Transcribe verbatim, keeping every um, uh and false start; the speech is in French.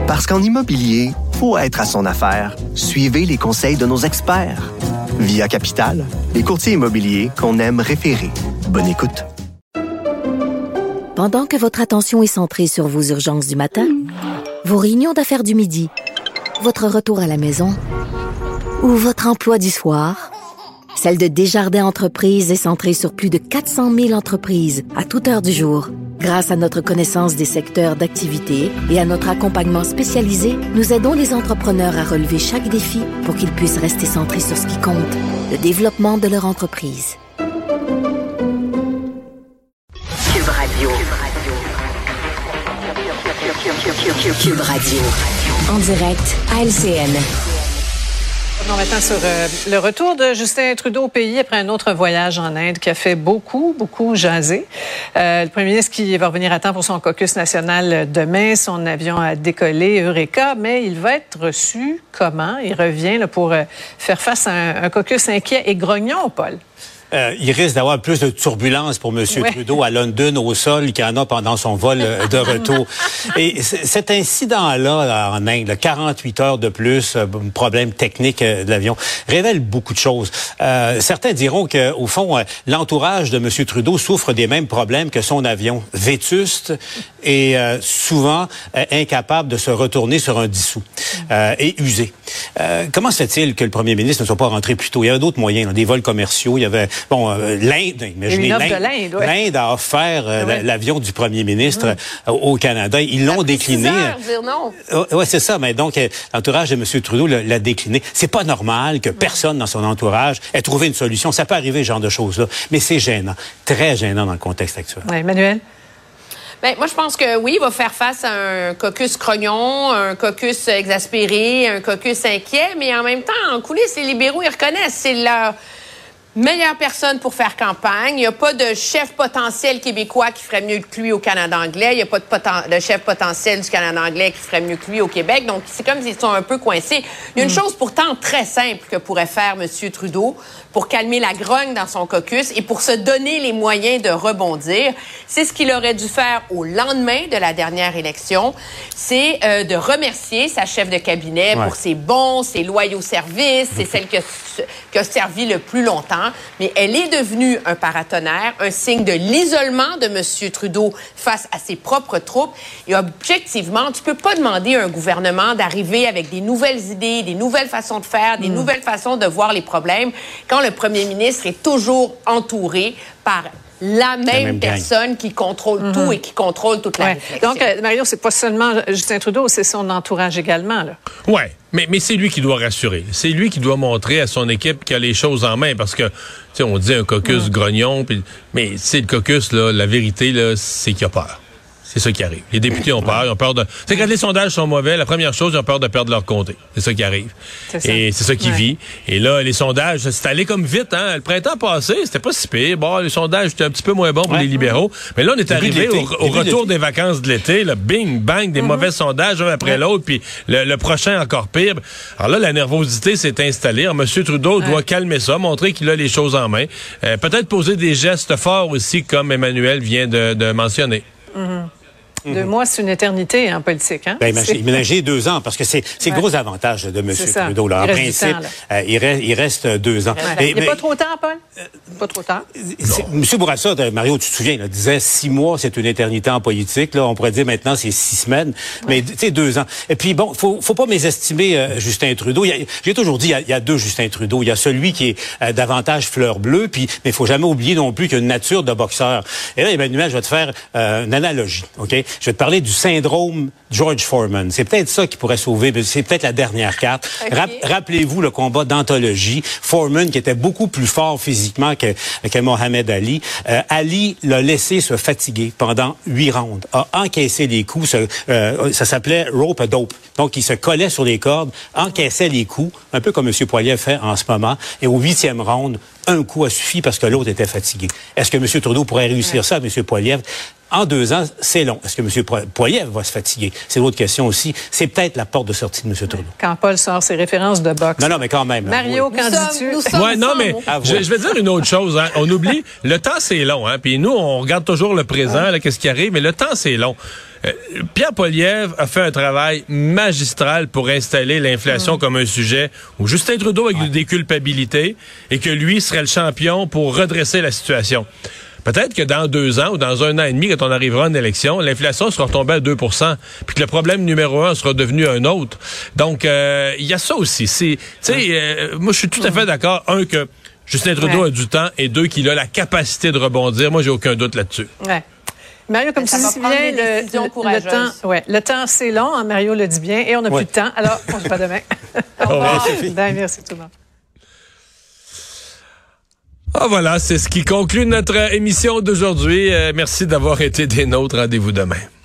Parce qu'en immobilier, faut être à son affaire. Suivez les conseils de nos experts. Via Capital, les courtiers immobiliers qu'on aime référer. Bonne écoute. Pendant que votre attention est centrée sur vos urgences du matin, vos réunions d'affaires du midi, votre retour à la maison ou votre emploi du soir, celle de Desjardins Entreprises est centrée sur plus de quatre cent mille entreprises à toute heure du jour. Grâce à notre connaissance des secteurs d'activité et à notre accompagnement spécialisé, nous aidons les entrepreneurs à relever chaque défi pour qu'ils puissent rester centrés sur ce qui compte, le développement de leur entreprise. Cube Radio. Cube Radio. En direct à L C N. On maintenant sur euh, le retour de Justin Trudeau au pays après un autre voyage en Inde qui a fait beaucoup, beaucoup jaser. Euh, le premier ministre qui va revenir à temps pour son caucus national demain. Son avion a décollé, Eureka, mais il va être reçu comment? Il revient là, pour euh, faire face à un, un caucus inquiet et grognon, Paul. Euh, il risque d'avoir plus de turbulences pour M. Ouais. Trudeau à London au sol qu'il y en a pendant son vol de retour. Et c- cet incident-là là, en Inde, là, quarante-huit heures de plus, euh, problème technique euh, de l'avion, révèle beaucoup de choses. Euh, certains diront que, au fond, euh, l'entourage de M. Trudeau souffre des mêmes problèmes que son avion, vétuste et euh, souvent euh, incapable de se retourner sur un dissous euh, et usé. Euh, comment se fait-il que le premier ministre ne soit pas rentré plus tôt? Il y avait d'autres moyens, là, des vols commerciaux, il y avait... Bon, euh, l'Inde, imaginez, l'Inde, l'Inde, ouais. l'Inde a offert euh, ouais. l'avion du premier ministre mmh. euh, au Canada. Ils l'ont décliné. Heures, dire non. Euh, oui, c'est ça. Mais donc, euh, l'entourage de M. Trudeau l'a, l'a décliné. C'est pas normal que mmh. personne dans son entourage ait trouvé une solution. Ça peut arriver, ce genre de choses-là. Mais c'est gênant. Très gênant dans le contexte actuel. Oui, Emmanuel? Ben, moi, je pense que oui, il va faire face à un caucus grognon, un caucus exaspéré, un caucus inquiet. Mais en même temps, en coulisses, les libéraux, ils reconnaissent. C'est leur... meilleure personne pour faire campagne. Il n'y a pas de chef potentiel québécois qui ferait mieux que lui au Canada anglais. Il n'y a pas de, poten- de chef potentiel du Canada anglais qui ferait mieux que lui au Québec. Donc, c'est comme s'ils sont un peu coincés. Il y a une mmh. chose pourtant très simple que pourrait faire M. Trudeau pour calmer la grogne dans son caucus et pour se donner les moyens de rebondir. C'est ce qu'il aurait dû faire au lendemain de la dernière élection. C'est euh, de remercier sa chef de cabinet ouais. pour ses bons, ses loyaux services. C'est celle qui a, qui a servi le plus longtemps. Mais elle est devenue un paratonnerre, un signe de l'isolement de M. Trudeau face à ses propres troupes. Et objectivement, tu peux pas demander à un gouvernement d'arriver avec des nouvelles idées, des nouvelles façons de faire, des mmh. nouvelles façons de voir les problèmes quand le premier ministre est toujours entouré par la même, la même personne gang. Qui contrôle mmh. tout et qui contrôle toute la ouais. réflexion. Donc, euh, Mario, c'est pas seulement Justin Trudeau, c'est son entourage également, là. Ouais. Mais, mais c'est lui qui doit rassurer. C'est lui qui doit montrer à son équipe qu'il a les choses en main. Parce que, tu sais, on dit un caucus mmh. grognon, pis, mais c'est le caucus, là, la vérité, là, c'est qu'il a peur. C'est ça qui arrive. Les députés ont peur. Ils ont peur de... C'est quand les sondages sont mauvais, la première chose, ils ont peur de perdre leur comté. C'est ça qui arrive. C'est ça. Et c'est ça qui ouais. vit. Et là, les sondages, c'est allé comme vite, hein. Le printemps passé, c'était pas si pire. Bon, les sondages étaient un petit peu moins bons pour ouais. les libéraux. Mais là, on est arrivé au, au retour des vacances de l'été, là, bing, bang, des mm-hmm. mauvais sondages, un après ouais. l'autre, puis le, le prochain encore pire. Alors là, la nervosité s'est installée. Alors, M. Trudeau ouais. doit calmer ça, montrer qu'il a les choses en main. Euh, peut-être poser des gestes forts aussi, comme Emmanuel vient de, de mentionner. Mm-hmm. Deux mm-hmm. mois, c'est une éternité en politique. Hein? Ben, imaginez deux ans, parce que c'est, c'est le ouais. gros avantage de M. Trudeau. Là. En principe, temps, euh, il, reste, il reste deux ans. Ouais. Et, il n'est pas trop tard, Paul? Euh, pas trop tard. M. Bourassa, Mario, tu te souviens, là, disait six mois, c'est une éternité en politique. Là, on pourrait dire maintenant, c'est six semaines. Ouais. Mais tu sais, deux ans. Et puis, bon, faut, faut pas mésestimer euh, Justin Trudeau. Il y a, j'ai toujours dit, il y, a, il y a deux Justin Trudeau. Il y a celui qui est euh, davantage fleur bleue, puis, mais il faut jamais oublier non plus qu'il y a une nature de boxeur. Et là, Emmanuel, je vais te faire euh, une analogie, OK? Je vais te parler du syndrome George Foreman. C'est peut-être ça qui pourrait sauver, mais c'est peut-être la dernière carte. Okay. Rapp- rappelez-vous le combat d'anthologie. Foreman, qui était beaucoup plus fort physiquement que, que Mohamed Ali. Euh, Ali l'a laissé se fatiguer pendant huit rounds, a encaissé les coups. Ça, euh, ça s'appelait rope a dope. Donc, il se collait sur les cordes, encaissait les coups, un peu comme M. Poilievre fait en ce moment. Et au huitième round, un coup a suffi parce que l'autre était fatigué. Est-ce que M. Trudeau pourrait réussir ouais. ça, M. Poilievre? En deux ans, c'est long. Est-ce que M. Poilievre va se fatiguer? C'est l'autre question aussi. C'est peut-être la porte de sortie de M. Trudeau. Quand Paul sort ses références de boxe. Non, non, mais quand même. Mario, oui. qu'en dis-tu? Ouais, non, mais je, je vais dire une autre chose. Hein. On oublie, le temps, c'est long. Hein. Puis nous, on regarde toujours le présent, là, qu'est-ce qui arrive, mais le temps, c'est long. Euh, Pierre Poilievre a fait un travail magistral pour installer l'inflation mmh. comme un sujet où Justin Trudeau a ouais. des culpabilités et que lui serait le champion pour redresser la situation. Peut-être que dans deux ans ou dans un an et demi, quand on arrivera en élection, l'inflation sera retombée à deux pour cent, puis que le problème numéro un sera devenu un autre. Donc, il euh, y a ça aussi. C'est, tu sais, euh, moi, je suis tout à fait d'accord. Un, que Justin Trudeau ouais. a du temps, et deux, qu'il a la capacité de rebondir. Moi, j'ai aucun doute là-dessus. Ouais. Mario, comme tu dis si bien, le, le, le temps, ouais, le temps c'est long, hein, Mario le dit bien, et on n'a ouais. plus de temps. Alors, on se voit demain. Au revoir. Ben, merci tout le monde. Ah voilà, c'est ce qui conclut notre émission d'aujourd'hui. Euh, merci d'avoir été des nôtres. Rendez-vous demain.